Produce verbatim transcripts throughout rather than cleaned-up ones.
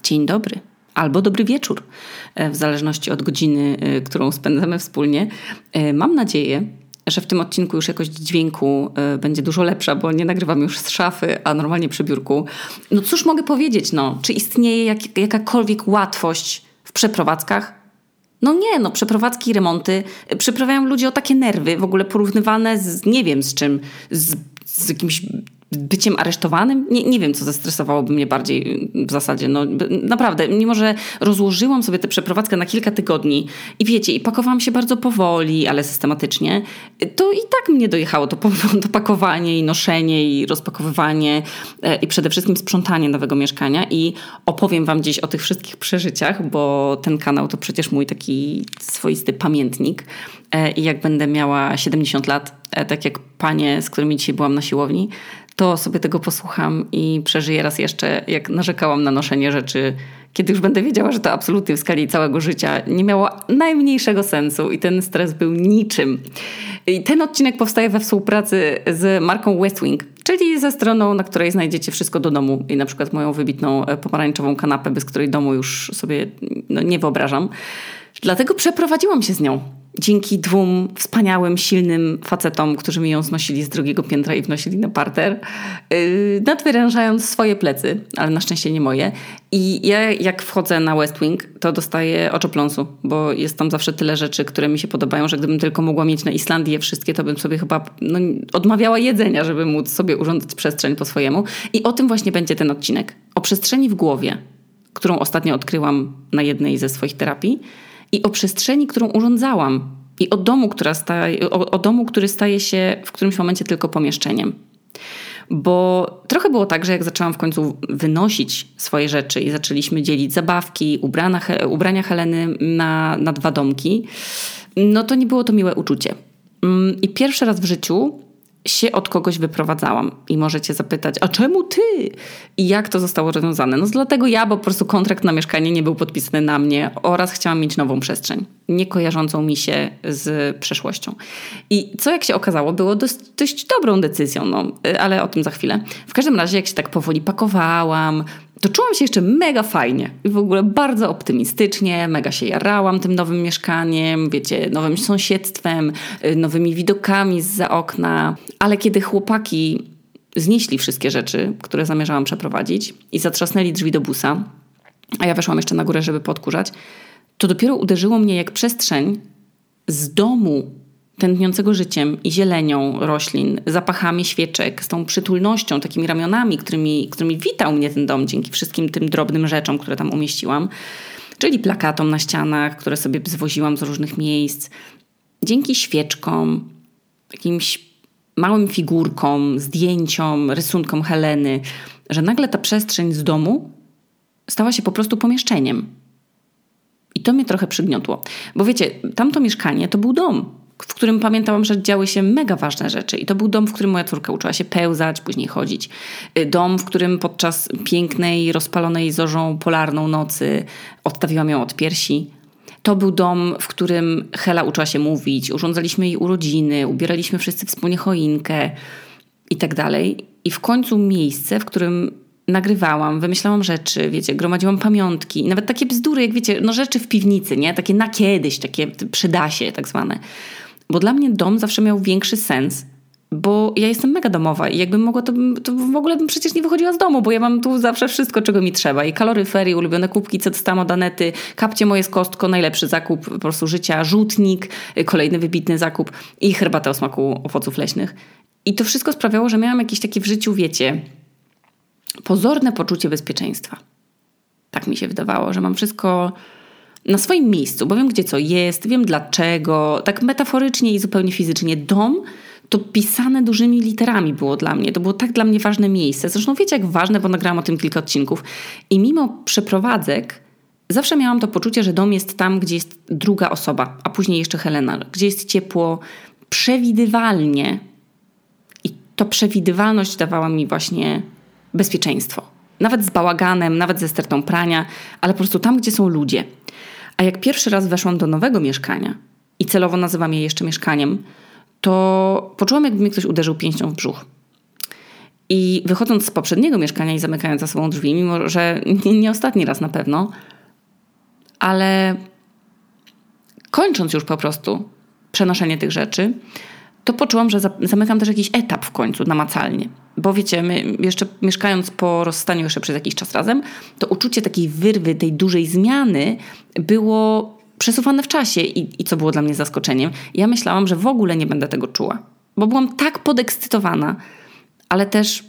dzień dobry albo dobry wieczór, w zależności od godziny, którą spędzamy wspólnie. Mam nadzieję, że w tym odcinku już jakość dźwięku będzie dużo lepsza, bo nie nagrywam już z szafy, a normalnie przy biurku. No cóż mogę powiedzieć, no? Czy istnieje jak, jakakolwiek łatwość w przeprowadzkach? No nie, no przeprowadzki i remonty przyprawiają ludzi o takie nerwy, w ogóle porównywalne z nie wiem z czym, z, z jakimś byciem aresztowanym. Nie, nie wiem, co zestresowałoby mnie bardziej w zasadzie. No naprawdę, mimo że rozłożyłam sobie tę przeprowadzkę na kilka tygodni i wiecie, i pakowałam się bardzo powoli, ale systematycznie, to i tak mnie dojechało to, to pakowanie i noszenie i rozpakowywanie i przede wszystkim sprzątanie nowego mieszkania i opowiem wam dziś o tych wszystkich przeżyciach, bo ten kanał to przecież mój taki swoisty pamiętnik i jak będę miała siedemdziesiąt lat, tak jak panie, z którymi dzisiaj byłam na siłowni, to sobie tego posłucham i przeżyję raz jeszcze, jak narzekałam na noszenie rzeczy, kiedy już będę wiedziała, że to absolutnie w skali całego życia nie miało najmniejszego sensu i ten stres był niczym. I ten odcinek powstaje we współpracy z marką Westwing, czyli ze stroną, na której znajdziecie wszystko do domu i na przykład moją wybitną pomarańczową kanapę, bez której domu już sobie no, nie wyobrażam. Dlatego przeprowadziłam się z nią. Dzięki dwóm wspaniałym, silnym facetom, którzy mi ją znosili z drugiego piętra i wnosili na parter, yy, nadwyrężając swoje plecy, ale na szczęście nie moje. I ja jak wchodzę na Westwing, to dostaję oczopląsu, bo jest tam zawsze tyle rzeczy, które mi się podobają, że gdybym tylko mogła mieć na Islandii je wszystkie, to bym sobie chyba no, odmawiała jedzenia, żeby móc sobie urządzić przestrzeń po swojemu. I o tym właśnie będzie ten odcinek. O przestrzeni w głowie, którą ostatnio odkryłam na jednej ze swoich terapii, i o przestrzeni, którą urządzałam. I o domu, która staje, o, o domu, który staje się w którymś momencie tylko pomieszczeniem. Bo trochę było tak, że jak zaczęłam w końcu wynosić swoje rzeczy i zaczęliśmy dzielić zabawki, ubrania, ubrania Heleny na, na dwa domki, no to nie było to miłe uczucie. I pierwszy raz w życiu się od kogoś wyprowadzałam. I możecie zapytać, a czemu ty? I jak to zostało rozwiązane? No dlatego ja, bo po prostu kontrakt na mieszkanie nie był podpisany na mnie oraz chciałam mieć nową przestrzeń, nie kojarzącą mi się z przeszłością. I co jak się okazało, było dość, dość dobrą decyzją, no, ale o tym za chwilę. W każdym razie, jak się tak powoli pakowałam, to czułam się jeszcze mega fajnie i w ogóle bardzo optymistycznie, mega się jarałam tym nowym mieszkaniem, wiecie, nowym sąsiedztwem, nowymi widokami zza okna. Ale kiedy chłopaki znieśli wszystkie rzeczy, które zamierzałam przeprowadzić i zatrzasnęli drzwi do busa, a ja weszłam jeszcze na górę, żeby podkurzać, to dopiero uderzyło mnie, jak przestrzeń z domu tętniącego życiem i zielenią roślin, zapachami świeczek, z tą przytulnością, takimi ramionami, którymi, którymi witał mnie ten dom dzięki wszystkim tym drobnym rzeczom, które tam umieściłam, czyli plakatom na ścianach, które sobie zwoziłam z różnych miejsc, dzięki świeczkom, jakimś małym figurkom, zdjęciom, rysunkom Heleny, że nagle ta przestrzeń z domu stała się po prostu pomieszczeniem. I to mnie trochę przygniotło. Bo wiecie, tamto mieszkanie to był dom, w którym pamiętałam, że działy się mega ważne rzeczy. I to był dom, w którym moja córka uczyła się pełzać, później chodzić. Dom, w którym podczas pięknej, rozpalonej zorzą polarną nocy odstawiłam ją od piersi. To był dom, w którym Hela uczyła się mówić, urządzaliśmy jej urodziny, ubieraliśmy wszyscy wspólnie choinkę i tak dalej. I w końcu miejsce, w którym nagrywałam, wymyślałam rzeczy, wiecie, gromadziłam pamiątki i nawet takie bzdury, jak wiecie, no rzeczy w piwnicy, nie? Takie na kiedyś, takie przydasie tak zwane. Bo dla mnie dom zawsze miał większy sens, bo ja jestem mega domowa i jakbym mogła, to, bym, to w ogóle bym przecież nie wychodziła z domu, bo ja mam tu zawsze wszystko, czego mi trzeba. I kaloryfery, i ulubione kubki, co dostałam od Anety, kapcie moje z Kostko, najlepszy zakup po prostu życia, rzutnik, kolejny wybitny zakup i herbatę o smaku owoców leśnych. I to wszystko sprawiało, że miałam jakieś takie w życiu, wiecie, pozorne poczucie bezpieczeństwa. Tak mi się wydawało, że mam wszystko na swoim miejscu, bo wiem, gdzie co jest, wiem dlaczego. Tak metaforycznie i zupełnie fizycznie. Dom to pisane dużymi literami było dla mnie. To było tak dla mnie ważne miejsce. Zresztą wiecie, jak ważne, bo nagrałam o tym kilka odcinków. I mimo przeprowadzek zawsze miałam to poczucie, że dom jest tam, gdzie jest druga osoba, a później jeszcze Helena. Gdzie jest ciepło, przewidywalnie. I to przewidywalność dawała mi właśnie bezpieczeństwo. Nawet z bałaganem, nawet ze stertą prania, ale po prostu tam, gdzie są ludzie. A jak pierwszy raz weszłam do nowego mieszkania i celowo nazywam je jeszcze mieszkaniem, to poczułam, jakby mnie ktoś uderzył pięścią w brzuch. I wychodząc z poprzedniego mieszkania i zamykając za sobą drzwi, mimo że nie, nie ostatni raz na pewno, ale kończąc już po prostu przenoszenie tych rzeczy, to poczułam, że zamykam też jakiś etap w końcu namacalnie. Bo wiecie, my jeszcze mieszkając po rozstaniu jeszcze przez jakiś czas razem, to uczucie takiej wyrwy, tej dużej zmiany było przesuwane w czasie i, i co było dla mnie zaskoczeniem. Ja myślałam, że w ogóle nie będę tego czuła, bo byłam tak podekscytowana, ale też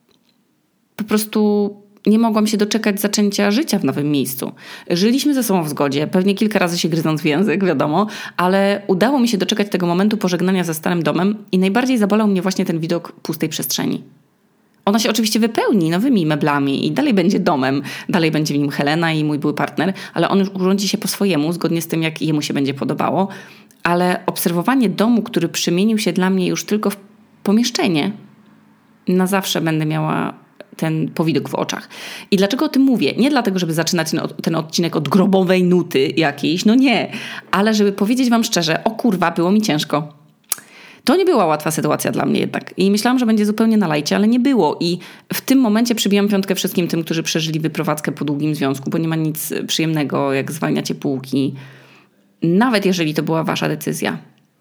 po prostu nie mogłam się doczekać zaczęcia życia w nowym miejscu. Żyliśmy ze sobą w zgodzie, pewnie kilka razy się gryząc w język, wiadomo, ale udało mi się doczekać tego momentu pożegnania ze starym domem i najbardziej zabolał mnie właśnie ten widok pustej przestrzeni. Ona się oczywiście wypełni nowymi meblami i dalej będzie domem, dalej będzie w nim Helena i mój były partner, ale on już urządzi się po swojemu, zgodnie z tym, jak jemu się będzie podobało. Ale obserwowanie domu, który przemienił się dla mnie już tylko w pomieszczenie, na zawsze będę miała ten powidok w oczach. I dlaczego o tym mówię? Nie dlatego, żeby zaczynać ten, ten odcinek od grobowej nuty jakiejś, no nie, ale żeby powiedzieć wam szczerze, o kurwa, było mi ciężko. To nie była łatwa sytuacja dla mnie jednak. I myślałam, że będzie zupełnie na lajcie, ale nie było. I w tym momencie przybijam piątkę wszystkim tym, którzy przeżyli wyprowadzkę po długim związku, bo nie ma nic przyjemnego, jak zwalniacie półki. Nawet jeżeli to była wasza decyzja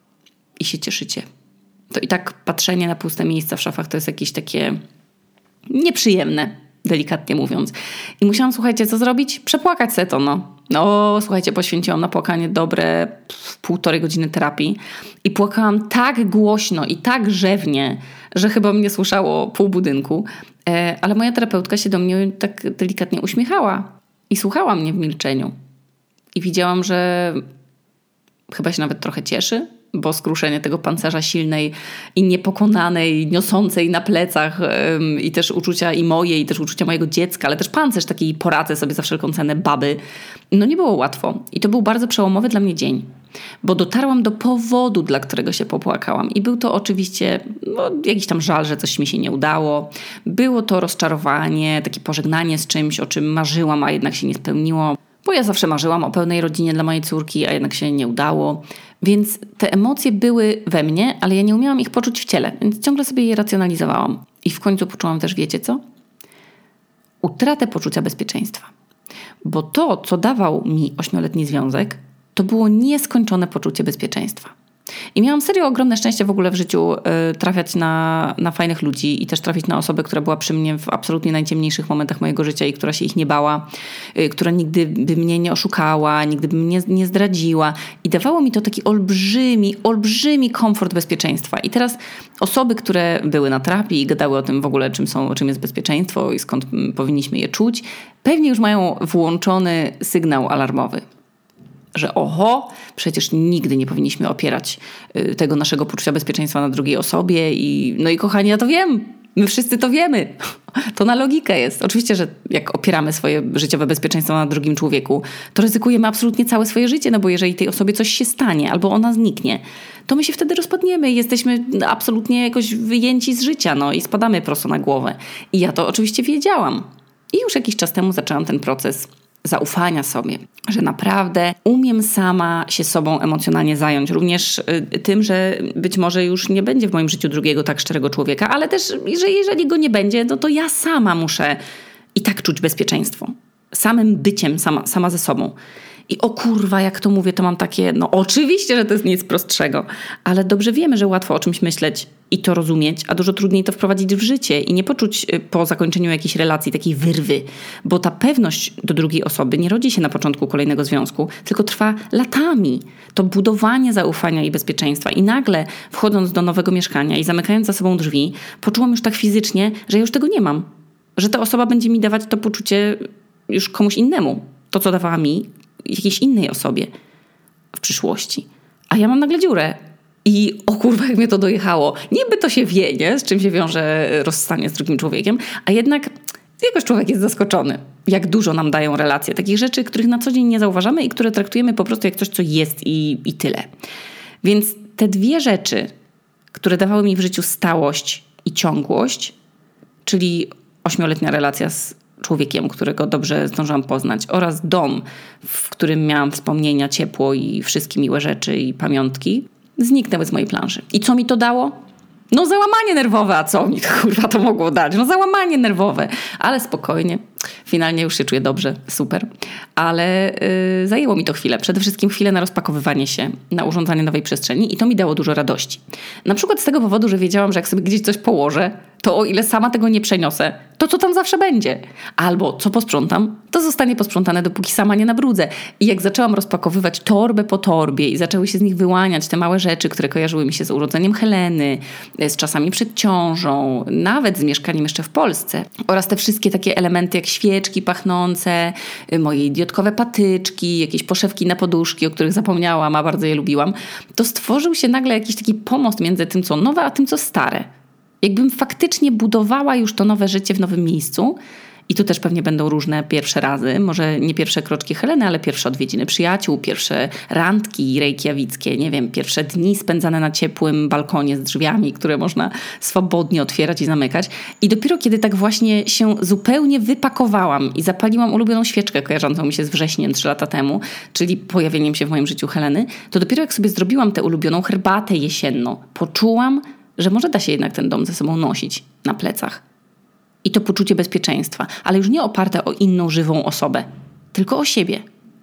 i się cieszycie. To i tak patrzenie na puste miejsca w szafach to jest jakieś takie nieprzyjemne, delikatnie mówiąc. I musiałam, słuchajcie, co zrobić? Przepłakać se to, no. No, słuchajcie, poświęciłam na płakanie dobre półtorej godziny terapii i płakałam tak głośno i tak rzewnie, że chyba mnie słyszało pół budynku. E, ale moja terapeutka się do mnie tak delikatnie uśmiechała i słuchała mnie w milczeniu. I widziałam, że chyba się nawet trochę cieszy, bo skruszenie tego pancerza silnej i niepokonanej, niosącej na plecach ym, i też uczucia i moje, i też uczucia mojego dziecka, ale też pancerz takiej poradzę sobie za wszelką cenę baby, no nie było łatwo. I to był bardzo przełomowy dla mnie dzień, bo dotarłam do powodu, dla którego się popłakałam. I był to oczywiście no, jakiś tam żal, że coś mi się nie udało. Było to rozczarowanie, takie pożegnanie z czymś, o czym marzyłam, a jednak się nie spełniło. Bo ja zawsze marzyłam o pełnej rodzinie dla mojej córki, a jednak się nie udało. Więc te emocje były we mnie, ale ja nie umiałam ich poczuć w ciele, więc ciągle sobie je racjonalizowałam. I w końcu poczułam też, wiecie co? Utratę poczucia bezpieczeństwa. Bo to, co dawał mi ośmioletni związek, to było nieskończone poczucie bezpieczeństwa. I miałam serio ogromne szczęście w ogóle w życiu y, trafiać na, na fajnych ludzi i też trafić na osobę, która była przy mnie w absolutnie najciemniejszych momentach mojego życia i która się ich nie bała, y, która nigdy by mnie nie oszukała, nigdy by mnie nie zdradziła. I dawało mi to taki olbrzymi, olbrzymi komfort bezpieczeństwa. I teraz osoby, które były na terapii i gadały o tym w ogóle, czym są, czym jest bezpieczeństwo i skąd powinniśmy je czuć, pewnie już mają włączony sygnał alarmowy. Że oho, przecież nigdy nie powinniśmy opierać y, tego naszego poczucia bezpieczeństwa na drugiej osobie i no i kochani, ja to wiem, my wszyscy to wiemy. To na logikę jest. Oczywiście, że jak opieramy swoje życiowe bezpieczeństwo na drugim człowieku, to ryzykujemy absolutnie całe swoje życie, no bo jeżeli tej osobie coś się stanie albo ona zniknie, to my się wtedy rozpadniemy i jesteśmy absolutnie jakoś wyjęci z życia, no i spadamy prosto na głowę. I ja to oczywiście wiedziałam. I już jakiś czas temu zaczęłam ten proces zaufania sobie, że naprawdę umiem sama się sobą emocjonalnie zająć. Również y, tym, że być może już nie będzie w moim życiu drugiego tak szczerego człowieka, ale też, że jeżeli go nie będzie, no to ja sama muszę i tak czuć bezpieczeństwo. Samym byciem, sama, sama ze sobą. I o kurwa, jak to mówię, to mam takie, no oczywiście, że to jest nic prostszego, ale dobrze wiemy, że łatwo o czymś myśleć i to rozumieć, a dużo trudniej to wprowadzić w życie i nie poczuć po zakończeniu jakiejś relacji takiej wyrwy, bo ta pewność do drugiej osoby nie rodzi się na początku kolejnego związku, tylko trwa latami. To budowanie zaufania i bezpieczeństwa i nagle wchodząc do nowego mieszkania i zamykając za sobą drzwi, poczułam już tak fizycznie, że ja już tego nie mam. Że ta osoba będzie mi dawać to poczucie już komuś innemu. To, co dawała mi jakiejś innej osobie w przyszłości. A ja mam nagle dziurę. I o kurwa, jak mnie to dojechało. Niby to się wie, nie? Z czym się wiąże rozstanie z drugim człowiekiem, a jednak jakoś człowiek jest zaskoczony, jak dużo nam dają relacje. Takich rzeczy, których na co dzień nie zauważamy i które traktujemy po prostu jak coś, co jest i, i tyle. Więc te dwie rzeczy, które dawały mi w życiu stałość i ciągłość, czyli ośmioletnia relacja z człowiekiem, którego dobrze zdążyłam poznać, oraz dom, w którym miałam wspomnienia, ciepło i wszystkie miłe rzeczy i pamiątki, zniknęły z mojej planszy. I co mi to dało? No załamanie nerwowe, a co mi to kurwa to mogło dać? No załamanie nerwowe, ale spokojnie. Finalnie już się czuję dobrze, super. Ale yy, zajęło mi to chwilę. Przede wszystkim chwilę na rozpakowywanie się, na urządzanie nowej przestrzeni i to mi dało dużo radości. Na przykład z tego powodu, że wiedziałam, że jak sobie gdzieś coś położę, to o ile sama tego nie przeniosę, to co tam zawsze będzie. Albo co posprzątam, to zostanie posprzątane, dopóki sama nie nabrudzę. I jak zaczęłam rozpakowywać torbę po torbie i zaczęły się z nich wyłaniać te małe rzeczy, które kojarzyły mi się z urodzeniem Heleny, z czasami przed ciążą, nawet z mieszkaniem jeszcze w Polsce oraz te wszystkie takie elementy jak świeczki pachnące, moje idiotkowe patyczki, jakieś poszewki na poduszki, o których zapomniałam, a bardzo je lubiłam, to stworzył się nagle jakiś taki pomost między tym, co nowe, a tym, co stare. Jakbym faktycznie budowała już to nowe życie w nowym miejscu i tu też pewnie będą różne pierwsze razy, może nie pierwsze kroczki Heleny, ale pierwsze odwiedziny przyjaciół, pierwsze randki rejkiawickie, nie wiem, pierwsze dni spędzane na ciepłym balkonie z drzwiami, które można swobodnie otwierać i zamykać. I dopiero kiedy tak właśnie się zupełnie wypakowałam i zapaliłam ulubioną świeczkę kojarzącą mi się z wrześniem trzy lata temu, czyli pojawieniem się w moim życiu Heleny, to dopiero jak sobie zrobiłam tę ulubioną herbatę jesienną, poczułam, że może da się jednak ten dom ze sobą nosić na plecach. I to poczucie bezpieczeństwa, ale już nie oparte o inną żywą osobę, tylko o siebie.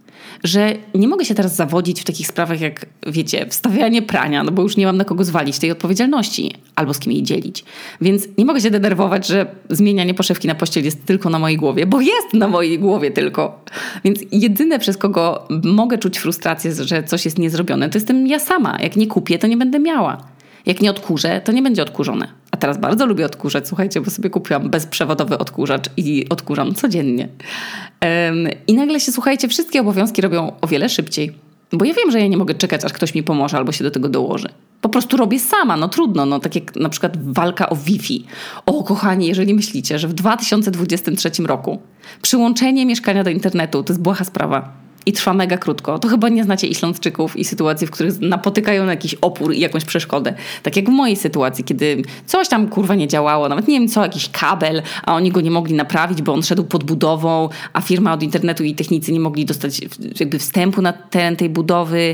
Że nie mogę się teraz zawodzić w takich sprawach jak, wiecie, wstawianie prania, no bo już nie mam na kogo zwalić tej odpowiedzialności albo z kim jej dzielić. Więc nie mogę się denerwować, że zmienianie poszewki na pościel jest tylko na mojej głowie, bo jest na mojej głowie tylko. Więc jedyne, przez kogo mogę czuć frustrację, że coś jest niezrobione, to jestem ja sama. Jak nie kupię, to nie będę miała. Jak nie odkurzę, to nie będzie odkurzone. A teraz bardzo lubię odkurzać, słuchajcie, bo sobie kupiłam bezprzewodowy odkurzacz i odkurzam codziennie. Um, I nagle się, słuchajcie, wszystkie obowiązki robią o wiele szybciej. Bo ja wiem, że ja nie mogę czekać, aż ktoś mi pomoże albo się do tego dołoży. Po prostu robię sama, no trudno, no tak jak na przykład walka o Wi-Fi. O, kochani, jeżeli myślicie, że w dwa tysiące dwudziestym trzecim roku przyłączenie mieszkania do internetu to jest błaha sprawa i trwa mega krótko, to chyba nie znacie Islandczyków i sytuacji, w których napotykają na jakiś opór i jakąś przeszkodę. Tak jak w mojej sytuacji, kiedy coś tam kurwa nie działało, nawet nie wiem co, jakiś kabel, a oni go nie mogli naprawić, bo on szedł pod budową, a firma od internetu i technicy nie mogli dostać jakby wstępu na teren tej budowy.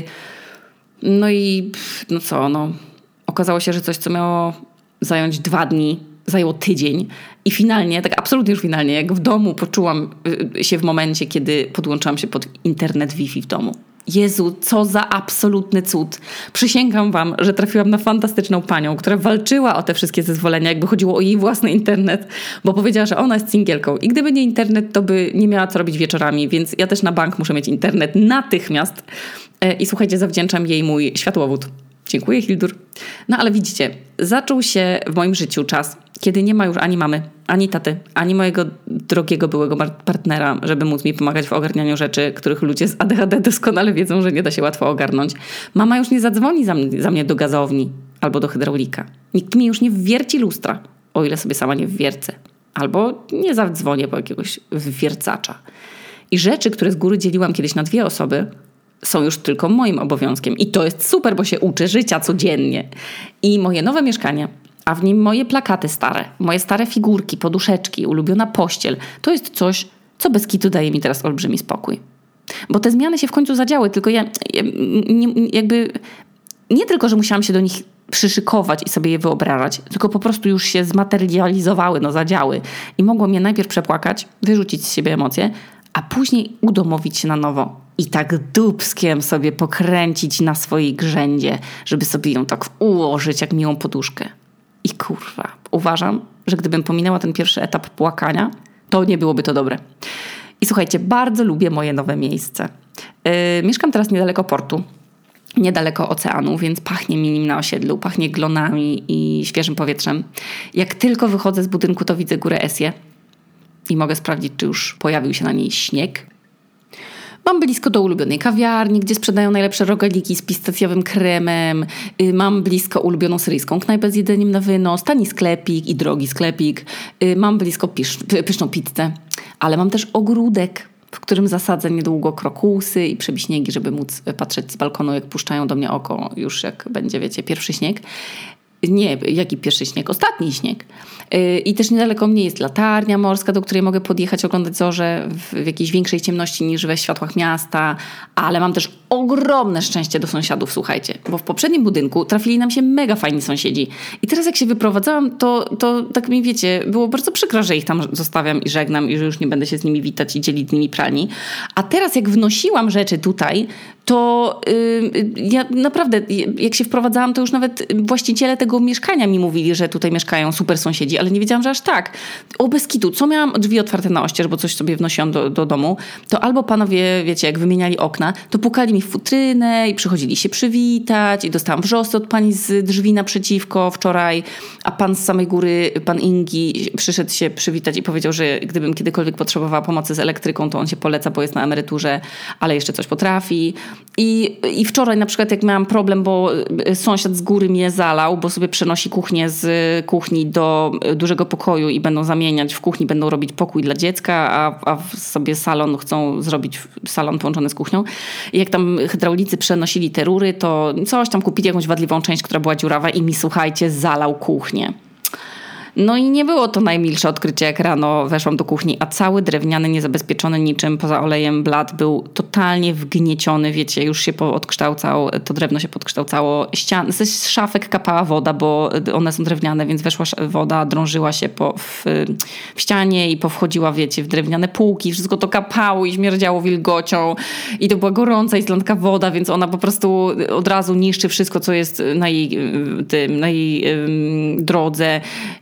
No i no co, no okazało się, że coś, co miało zająć dwa dni, zajęło tydzień i finalnie, tak absolutnie już finalnie, jak w domu poczułam się w momencie, kiedy podłączyłam się pod internet Wi-Fi w domu. Jezu, co za absolutny cud. Przysięgam wam, że trafiłam na fantastyczną panią, która walczyła o te wszystkie zezwolenia, jakby chodziło o jej własny internet, bo powiedziała, że ona jest singielką i gdyby nie internet, to by nie miała co robić wieczorami, więc ja też na bank muszę mieć internet natychmiast. I słuchajcie, zawdzięczam jej mój światłowód. Dziękuję, Hildur. No ale widzicie, zaczął się w moim życiu czas, kiedy nie ma już ani mamy, ani taty, ani mojego drogiego byłego partnera, żeby móc mi pomagać w ogarnianiu rzeczy, których ludzie z A D H D doskonale wiedzą, że nie da się łatwo ogarnąć. Mama już nie zadzwoni za mnie, za mnie do gazowni albo do hydraulika. Nikt mi już nie wwierci lustra, o ile sobie sama nie wwiercę. Albo nie zadzwonię po jakiegoś wwiercacza. I rzeczy, które z góry dzieliłam kiedyś na dwie osoby, są już tylko moim obowiązkiem. I to jest super, bo się uczę życia codziennie. I moje nowe mieszkanie, a w nim moje plakaty stare, moje stare figurki, poduszeczki, ulubiona pościel, to jest coś, co bez kitu daje mi teraz olbrzymi spokój. Bo te zmiany się w końcu zadziały, tylko ja, ja nie, jakby nie tylko, że musiałam się do nich przyszykować i sobie je wyobrażać, tylko po prostu już się zmaterializowały, no zadziały. I mogło mnie najpierw przepłakać, wyrzucić z siebie emocje, a później udomowić się na nowo. I tak dupskiem sobie pokręcić na swojej grzędzie, żeby sobie ją tak ułożyć jak miłą poduszkę. I kurwa, uważam, że gdybym pominęła ten pierwszy etap płakania, to nie byłoby to dobre. I słuchajcie, bardzo lubię moje nowe miejsce. Yy, mieszkam teraz niedaleko portu, niedaleko oceanu, więc pachnie mi nim na osiedlu, pachnie glonami i świeżym powietrzem. Jak tylko wychodzę z budynku, to widzę górę Esję i mogę sprawdzić, czy już pojawił się na niej śnieg. Mam blisko do ulubionej kawiarni, gdzie sprzedają najlepsze rogaliki z pistacjowym kremem. Mam blisko ulubioną syryjską knajpę z jedzeniem na wynos, tani sklepik i drogi sklepik. Mam blisko pisz, pyszną pizzę, ale mam też ogródek, w którym zasadzę niedługo krokusy i przebiśniegi, żeby móc patrzeć z balkonu, jak puszczają do mnie oko, już jak będzie, wiecie, pierwszy śnieg. Nie, jaki pierwszy śnieg? Ostatni śnieg. I też niedaleko mnie jest latarnia morska, do której mogę podjechać, oglądać zorze w, w jakiejś większej ciemności niż we światłach miasta. Ale mam też ogromne szczęście do sąsiadów, słuchajcie. Bo w poprzednim budynku trafili nam się mega fajni sąsiedzi. I teraz jak się wyprowadzałam, to, to tak mi wiecie, było bardzo przykro, że ich tam zostawiam i żegnam i że już nie będę się z nimi witać i dzielić z nimi pralni. A teraz jak wnosiłam rzeczy tutaj, to yy, ja naprawdę, jak się wprowadzałam, to już nawet właściciele tego mieszkania mi mówili, że tutaj mieszkają super sąsiedzi, ale nie wiedziałam, że aż tak. O bez kitu, co miałam drzwi otwarte na oścież, bo coś sobie wnosiłam do, do domu, to albo panowie, wiecie, jak wymieniali okna, to pukali mi w futrynę i przychodzili się przywitać i dostałam wrzosy od pani z drzwi naprzeciwko wczoraj, a pan z samej góry, pan Ingi, przyszedł się przywitać i powiedział, że gdybym kiedykolwiek potrzebowała pomocy z elektryką, to on się poleca, bo jest na emeryturze, ale jeszcze coś potrafi. I, I wczoraj na przykład jak miałam problem, bo sąsiad z góry mnie zalał, bo sobie przenosi kuchnię z kuchni do dużego pokoju i będą zamieniać, w kuchni będą robić pokój dla dziecka, a, a sobie salon chcą zrobić salon połączony z kuchnią. I jak tam hydraulicy przenosili te rury, to coś tam kupili, jakąś wadliwą część, która była dziurawa i mi, słuchajcie, zalał kuchnię. No i nie było to najmilsze odkrycie, jak rano weszłam do kuchni, a cały drewniany, niezabezpieczony niczym poza olejem blat był totalnie wgnieciony, wiecie, już się odkształcał, to drewno się podkształcało, ścian, z szafek kapała woda, bo one są drewniane, więc weszła woda, drążyła się po, w, w ścianie i powchodziła, wiecie, w drewniane półki, wszystko to kapało i śmierdziało wilgocią i to była gorąca islandzka woda, więc ona po prostu od razu niszczy wszystko, co jest na jej, tym, na jej um, drodze.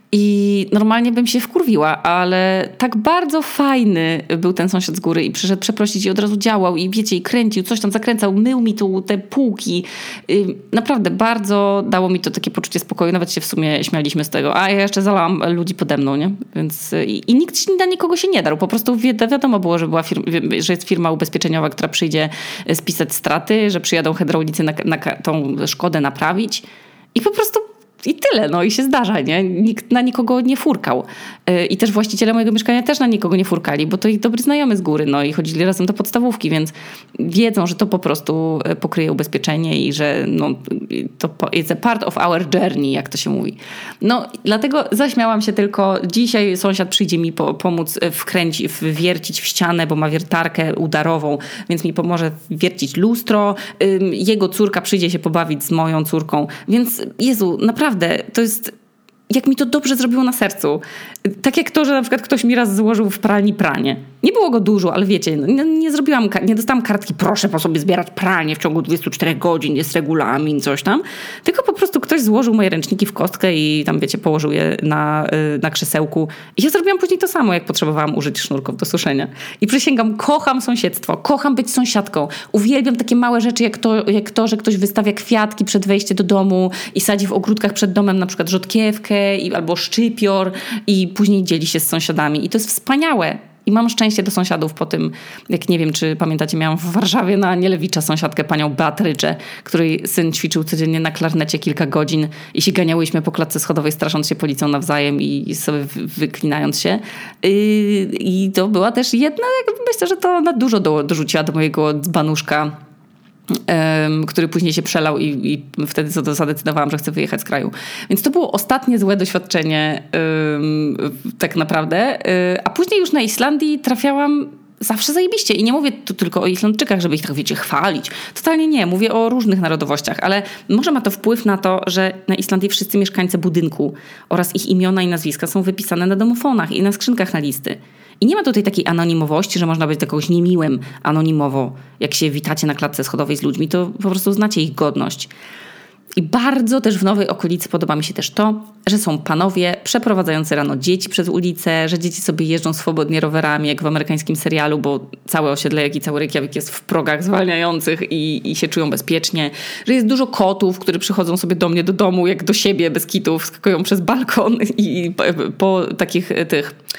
I normalnie bym się wkurwiła, ale tak bardzo fajny był ten sąsiad z góry i przyszedł przeprosić i od razu działał i wiecie, i kręcił, coś tam zakręcał, mył mi tu te półki. Naprawdę bardzo dało mi to takie poczucie spokoju, nawet się w sumie śmialiśmy z tego, a ja jeszcze zalałam ludzi pode mną, nie? Więc i, i nikt na nikogo się nie darł, po prostu wi- wiadomo było, że, była firma, że jest firma ubezpieczeniowa, która przyjdzie spisać straty, że przyjadą hydraulicy na, na tą szkodę naprawić i po prostu i tyle, no i się zdarza, nie? Nikt na nikogo nie furkał. Yy, I też właściciele mojego mieszkania też na nikogo nie furkali, bo to ich dobry znajomy z góry, no i chodzili razem do podstawówki, więc wiedzą, że to po prostu pokryje ubezpieczenie i że no, to it's a part of our journey, jak to się mówi. No, dlatego zaśmiałam się tylko. Dzisiaj sąsiad przyjdzie mi po, pomóc wkręcić, wwiercić w ścianę, bo ma wiertarkę udarową, więc mi pomoże wiercić lustro. Yy, jego córka przyjdzie się pobawić z moją córką, więc Jezu, naprawdę to jest, jak mi to dobrze zrobiło na sercu. Tak jak to, że na przykład ktoś mi raz złożył w pralni pranie. Nie było go dużo, ale wiecie, nie, nie zrobiłam, nie dostałam kartki, proszę po sobie zbierać pranie w ciągu dwudziestu czterech godzin, jest regulamin, coś tam. Tylko po prostu ktoś złożył moje ręczniki w kostkę i tam, wiecie, położył je na, na krzesełku. I ja zrobiłam później to samo, jak potrzebowałam użyć sznurków do suszenia. I przysięgam, kocham sąsiedztwo, kocham być sąsiadką. Uwielbiam takie małe rzeczy, jak to, jak to, że ktoś wystawia kwiatki przed wejściem do domu i sadzi w ogródkach przed domem na przykład rzodkiewkę i, albo szczypior i później dzieli się z sąsiadami. I to jest wspaniałe. I mam szczęście do sąsiadów po tym, jak nie wiem, czy pamiętacie, miałam w Warszawie na Nielewicza sąsiadkę, panią Beatryczę, której syn ćwiczył codziennie na klarnecie kilka godzin i się ganiałyśmy po klatce schodowej, strasząc się policją nawzajem i sobie wyklinając się. I to była też jedna, myślę, że to ona dużo do, dorzuciła do mojego dzbanuszka, Um, który później się przelał i, i wtedy zadecydowałam, że chcę wyjechać z kraju. Więc to było ostatnie złe doświadczenie um, tak naprawdę. Um, a później już na Islandii trafiałam zawsze zajebiście. I nie mówię tu tylko o Islandczykach, żeby ich tak, wiecie, chwalić. Totalnie nie. Mówię o różnych narodowościach, ale może ma to wpływ na to, że na Islandii wszyscy mieszkańcy budynku oraz ich imiona i nazwiska są wypisane na domofonach i na skrzynkach na listy. I nie ma tutaj takiej anonimowości, że można być do kogoś niemiłym anonimowo. Jak się witacie na klatce schodowej z ludźmi, to po prostu znacie ich godność. I bardzo też w nowej okolicy podoba mi się też to, że są panowie przeprowadzający rano dzieci przez ulicę, że dzieci sobie jeżdżą swobodnie rowerami, jak w amerykańskim serialu, bo całe osiedle, jak i cały Reykjavik jest w progach zwalniających i, i się czują bezpiecznie. Że jest dużo kotów, które przychodzą sobie do mnie do domu, jak do siebie, bez kitów, skakują przez balkon i po, po takich tych...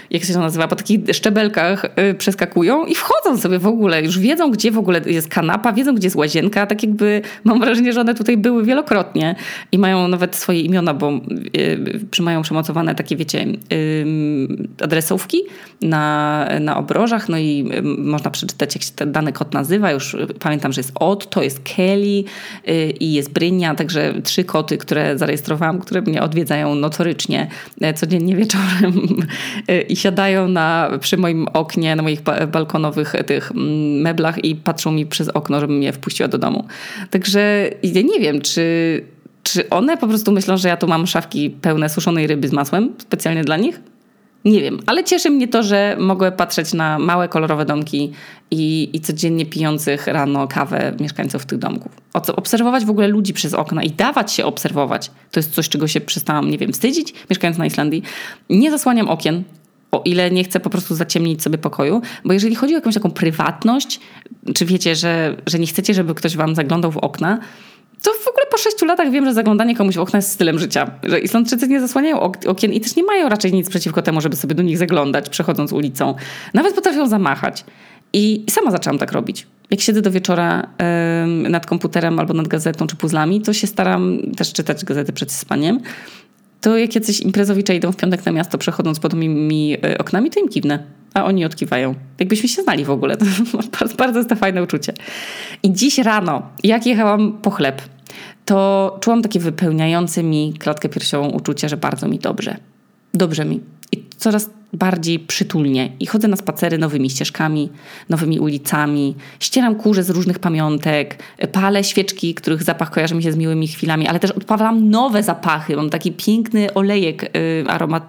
jak się to nazywa, po takich szczebelkach y, przeskakują i wchodzą sobie w ogóle. Już wiedzą, gdzie w ogóle jest kanapa, wiedzą, gdzie jest łazienka. Tak jakby mam wrażenie, że one tutaj były wielokrotnie i mają nawet swoje imiona, bo y, mają przemocowane takie, wiecie, y, adresówki na, na obrożach. No i y, można przeczytać, jak się ten dany kot nazywa. Już pamiętam, że jest Ott, to jest Kelly y, i jest Brynia. Także trzy koty, które zarejestrowałam, które mnie odwiedzają notorycznie y, codziennie wieczorem i siadają na, przy moim oknie, na moich balkonowych tych meblach i patrzą mi przez okno, żebym je wpuściła do domu. Także ja nie wiem, czy, czy one po prostu myślą, że ja tu mam szafki pełne suszonej ryby z masłem specjalnie dla nich? Nie wiem, ale cieszy mnie to, że mogę patrzeć na małe, kolorowe domki i, i codziennie pijących rano kawę mieszkańców tych domków. Obserwować w ogóle ludzi przez okna i dawać się obserwować. To jest coś, czego się przestałam, nie wiem, wstydzić, mieszkając na Islandii. Nie zasłaniam okien, o ile nie chcę po prostu zaciemnić sobie pokoju, bo jeżeli chodzi o jakąś taką prywatność, czy wiecie, że, że nie chcecie, żeby ktoś wam zaglądał w okna, to w ogóle po sześciu latach wiem, że zaglądanie komuś w okna jest stylem życia. Że Islandczycy nie zasłaniają okien i też nie mają raczej nic przeciwko temu, żeby sobie do nich zaglądać, przechodząc ulicą. Nawet potrafią zamachać. I sama zaczęłam tak robić. Jak siedzę do wieczora yy, nad komputerem albo nad gazetą czy puzzlami, to się staram też czytać gazety przed spaniem. To jak jacyś imprezowicze idą w piątek na miasto, przechodząc pod moimi yy, oknami, to im kiwnę. A oni odkiwają. Jakbyśmy się znali w ogóle. To bardzo, bardzo jest to fajne uczucie. I dziś rano, jak jechałam po chleb, to czułam takie wypełniające mi klatkę piersiową uczucie, że bardzo mi dobrze. Dobrze mi. I coraz bardziej przytulnie. I chodzę na spacery nowymi ścieżkami, nowymi ulicami. Ścieram kurze z różnych pamiątek. Palę świeczki, których zapach kojarzy mi się z miłymi chwilami, ale też odpalam nowe zapachy. Mam taki piękny olejek yy, aromat,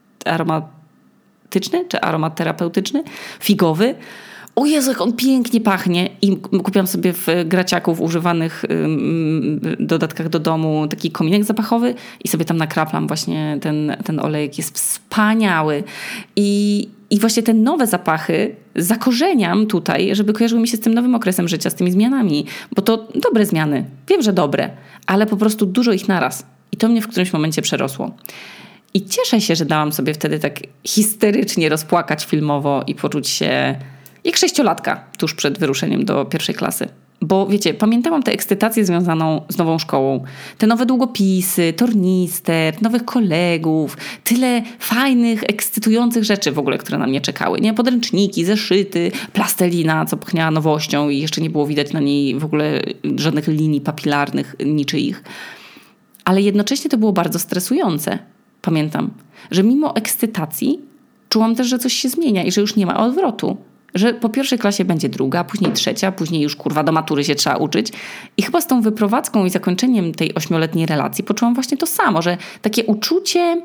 aromatyczny czy aromaterapeutyczny, figowy. O Jezu, jak on pięknie pachnie. I kupiłam sobie w graciaku w używanych ym, dodatkach do domu taki kominek zapachowy i sobie tam nakraplam właśnie ten, ten olejek. Jest wspaniały. I, I właśnie te nowe zapachy zakorzeniam tutaj, żeby kojarzyły mi się z tym nowym okresem życia, z tymi zmianami. Bo to dobre zmiany. Wiem, że dobre. Ale po prostu dużo ich naraz. I to mnie w którymś momencie przerosło. I cieszę się, że dałam sobie wtedy tak histerycznie rozpłakać filmowo i poczuć się jak sześciolatka tuż przed wyruszeniem do pierwszej klasy. Bo wiecie, pamiętałam tę ekscytację związaną z nową szkołą. Te nowe długopisy, tornister, nowych kolegów, tyle fajnych, ekscytujących rzeczy w ogóle, które na mnie czekały. Nie? Podręczniki, zeszyty, plastelina, co pachniała nowością i jeszcze nie było widać na niej w ogóle żadnych linii papilarnych, niczyich. Ale jednocześnie to było bardzo stresujące. Pamiętam, że mimo ekscytacji czułam też, że coś się zmienia i że już nie ma odwrotu. Że po pierwszej klasie będzie druga, później trzecia, później już kurwa do matury się trzeba uczyć. I chyba z tą wyprowadzką i zakończeniem tej ośmioletniej relacji poczułam właśnie to samo, że takie uczucie,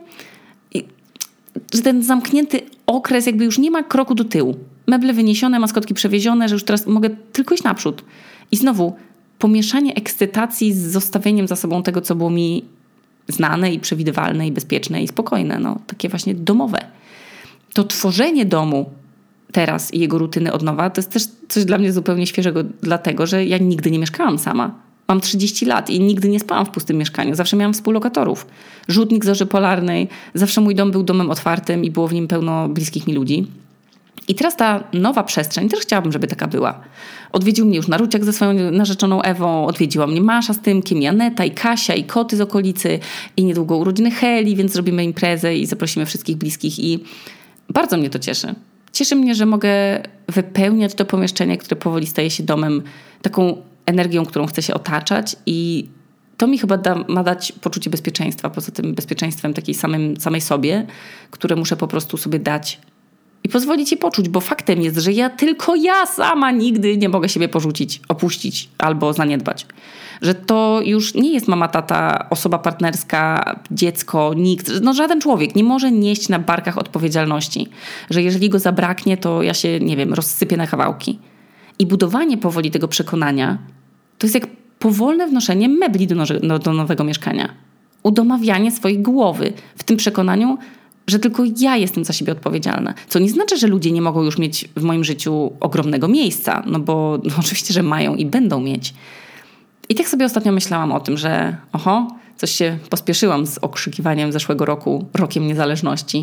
że ten zamknięty okres jakby już nie ma kroku do tyłu. Meble wyniesione, maskotki przewiezione, że już teraz mogę tylko iść naprzód. I znowu pomieszanie ekscytacji z zostawieniem za sobą tego, co było mi znane i przewidywalne i bezpieczne i spokojne. No, takie właśnie domowe. To tworzenie domu teraz i jego rutyny od nowa, to jest też coś dla mnie zupełnie świeżego, dlatego, że ja nigdy nie mieszkałam sama. Mam trzydzieści lat i nigdy nie spałam w pustym mieszkaniu. Zawsze miałam współlokatorów. Rzutnik Zorzy Polarnej. Zawsze mój dom był domem otwartym i było w nim pełno bliskich mi ludzi. I teraz ta nowa przestrzeń, też chciałabym, żeby taka była. Odwiedził mnie już Naruciak ze swoją narzeczoną Ewą, odwiedziła mnie Masza z Tymkiem, i Aneta, i Kasia, i koty z okolicy, i niedługo urodziny Heli, więc zrobimy imprezę i zaprosimy wszystkich bliskich i bardzo mnie to cieszy. Cieszy mnie, że mogę wypełniać to pomieszczenie, które powoli staje się domem, taką energią, którą chcę się otaczać i to mi chyba da, ma dać poczucie bezpieczeństwa, poza tym bezpieczeństwem takiej samym, samej sobie, które muszę po prostu sobie dać i pozwolić je poczuć, bo faktem jest, że ja tylko ja sama nigdy nie mogę siebie porzucić, opuścić albo zaniedbać. Że to już nie jest mama, tata, osoba partnerska, dziecko, nikt, no żaden człowiek nie może nieść na barkach odpowiedzialności. Że jeżeli go zabraknie, to ja się, nie wiem, rozsypię na kawałki. I budowanie powoli tego przekonania to jest jak powolne wnoszenie mebli do, noże, do, do nowego mieszkania. Udomawianie swojej głowy w tym przekonaniu, że tylko ja jestem za siebie odpowiedzialna. Co nie znaczy, że ludzie nie mogą już mieć w moim życiu ogromnego miejsca, no bo no oczywiście, że mają i będą mieć. I tak sobie ostatnio myślałam o tym, że oho, coś się pospieszyłam z okrzykiwaniem zeszłego roku, rokiem niezależności.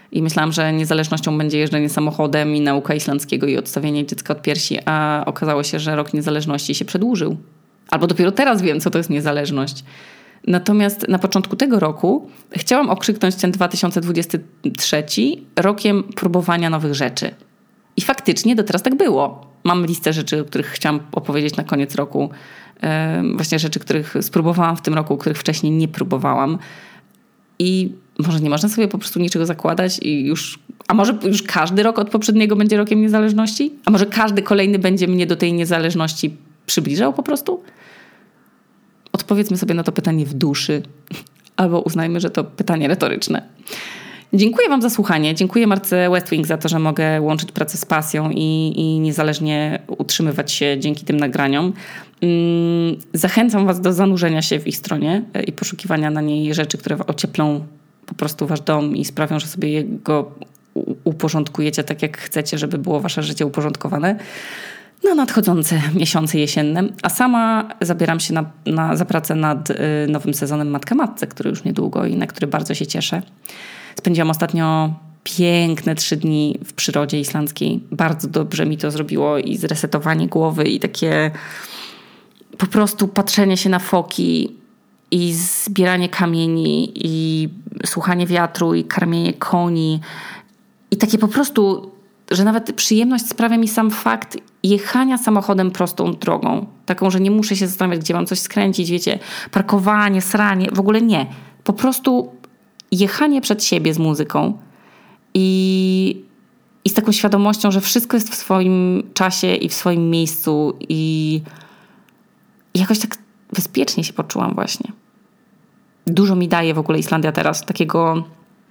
I myślałam, że niezależnością będzie jeżdżenie samochodem i nauka islandzkiego i odstawienie dziecka od piersi, a okazało się, że rok niezależności się przedłużył. Albo dopiero teraz wiem, co to jest niezależność. Natomiast na początku tego roku chciałam okrzyknąć ten dwa tysiące dwudziesty trzeci rokiem próbowania nowych rzeczy. I faktycznie do teraz tak było. Mam listę rzeczy, o których chciałam opowiedzieć na koniec roku. Właśnie rzeczy, których spróbowałam w tym roku, których wcześniej nie próbowałam. I może nie można sobie po prostu niczego zakładać i już... A może już każdy rok od poprzedniego będzie rokiem niezależności? A może każdy kolejny będzie mnie do tej niezależności przybliżał po prostu? Odpowiedzmy sobie na to pytanie w duszy. Albo uznajmy, że to pytanie retoryczne. Dziękuję wam za słuchanie. Dziękuję Marce Westwing za to, że mogę łączyć pracę z pasją i, i niezależnie utrzymywać się dzięki tym nagraniom. Zachęcam was do zanurzenia się w ich stronie i poszukiwania na niej rzeczy, które ocieplą po prostu wasz dom i sprawią, że sobie go uporządkujecie tak, jak chcecie, żeby było wasze życie uporządkowane na nadchodzące miesiące jesienne. A sama zabieram się na, na, za pracę nad y, nowym sezonem Matka Matce, który już niedługo i na który bardzo się cieszę. Spędziłam ostatnio piękne trzy dni w przyrodzie islandzkiej. Bardzo dobrze mi to zrobiło i zresetowanie głowy i takie po prostu patrzenie się na foki i zbieranie kamieni i słuchanie wiatru i karmienie koni i takie po prostu, że nawet przyjemność sprawia mi sam fakt jechania samochodem prostą drogą. Taką, że nie muszę się zastanawiać, gdzie mam coś skręcić, wiecie, parkowanie, sranie, w ogóle nie. Po prostu jechanie przed siebie z muzyką i, i z taką świadomością, że wszystko jest w swoim czasie i w swoim miejscu i, i jakoś tak bezpiecznie się poczułam właśnie. Dużo mi daje w ogóle Islandia teraz, takiego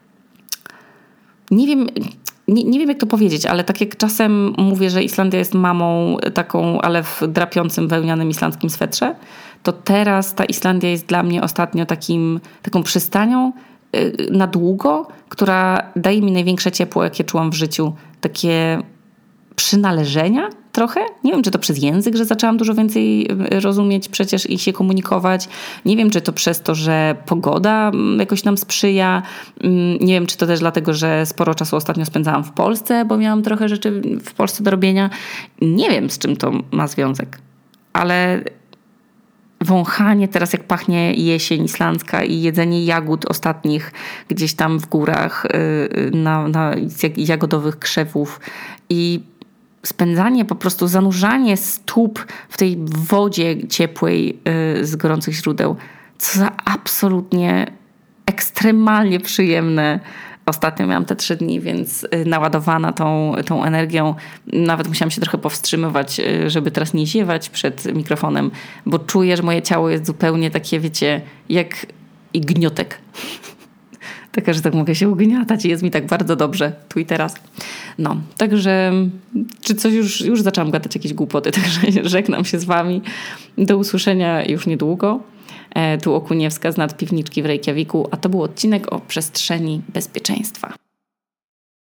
nie wiem, nie, nie wiem jak to powiedzieć, ale tak jak czasem mówię, że Islandia jest mamą taką, ale w drapiącym wełnianym islandzkim swetrze, to teraz ta Islandia jest dla mnie ostatnio takim, taką przystanią na długo, która daje mi największe ciepło, jakie czułam w życiu. Takie przynależenia trochę. Nie wiem, czy to przez język, że zaczęłam dużo więcej rozumieć przecież i się komunikować. Nie wiem, czy to przez to, że pogoda jakoś nam sprzyja. Nie wiem, czy to też dlatego, że sporo czasu ostatnio spędzałam w Polsce, bo miałam trochę rzeczy w Polsce do robienia. Nie wiem, z czym to ma związek. Ale wąchanie teraz, jak pachnie jesień islandzka i jedzenie jagód ostatnich gdzieś tam w górach na, na jagodowych krzewów i spędzanie, po prostu zanurzanie stóp w tej wodzie ciepłej z gorących źródeł. Co za absolutnie ekstremalnie przyjemne. Ostatnio miałam te trzy dni, więc naładowana tą, tą energią. Nawet musiałam się trochę powstrzymywać, żeby teraz nie ziewać przed mikrofonem, bo czuję, że moje ciało jest zupełnie takie, wiecie, jak igniotek. Taka, że tak mogę się ugniatać i jest mi tak bardzo dobrze tu i teraz. No, także czy coś już, już zaczęłam gadać jakieś głupoty, także żegnam się z wami. Do usłyszenia już niedługo. Tu Okuniewska z Nadpiwniczki w Reykjaviku, a to był odcinek o przestrzeni bezpieczeństwa.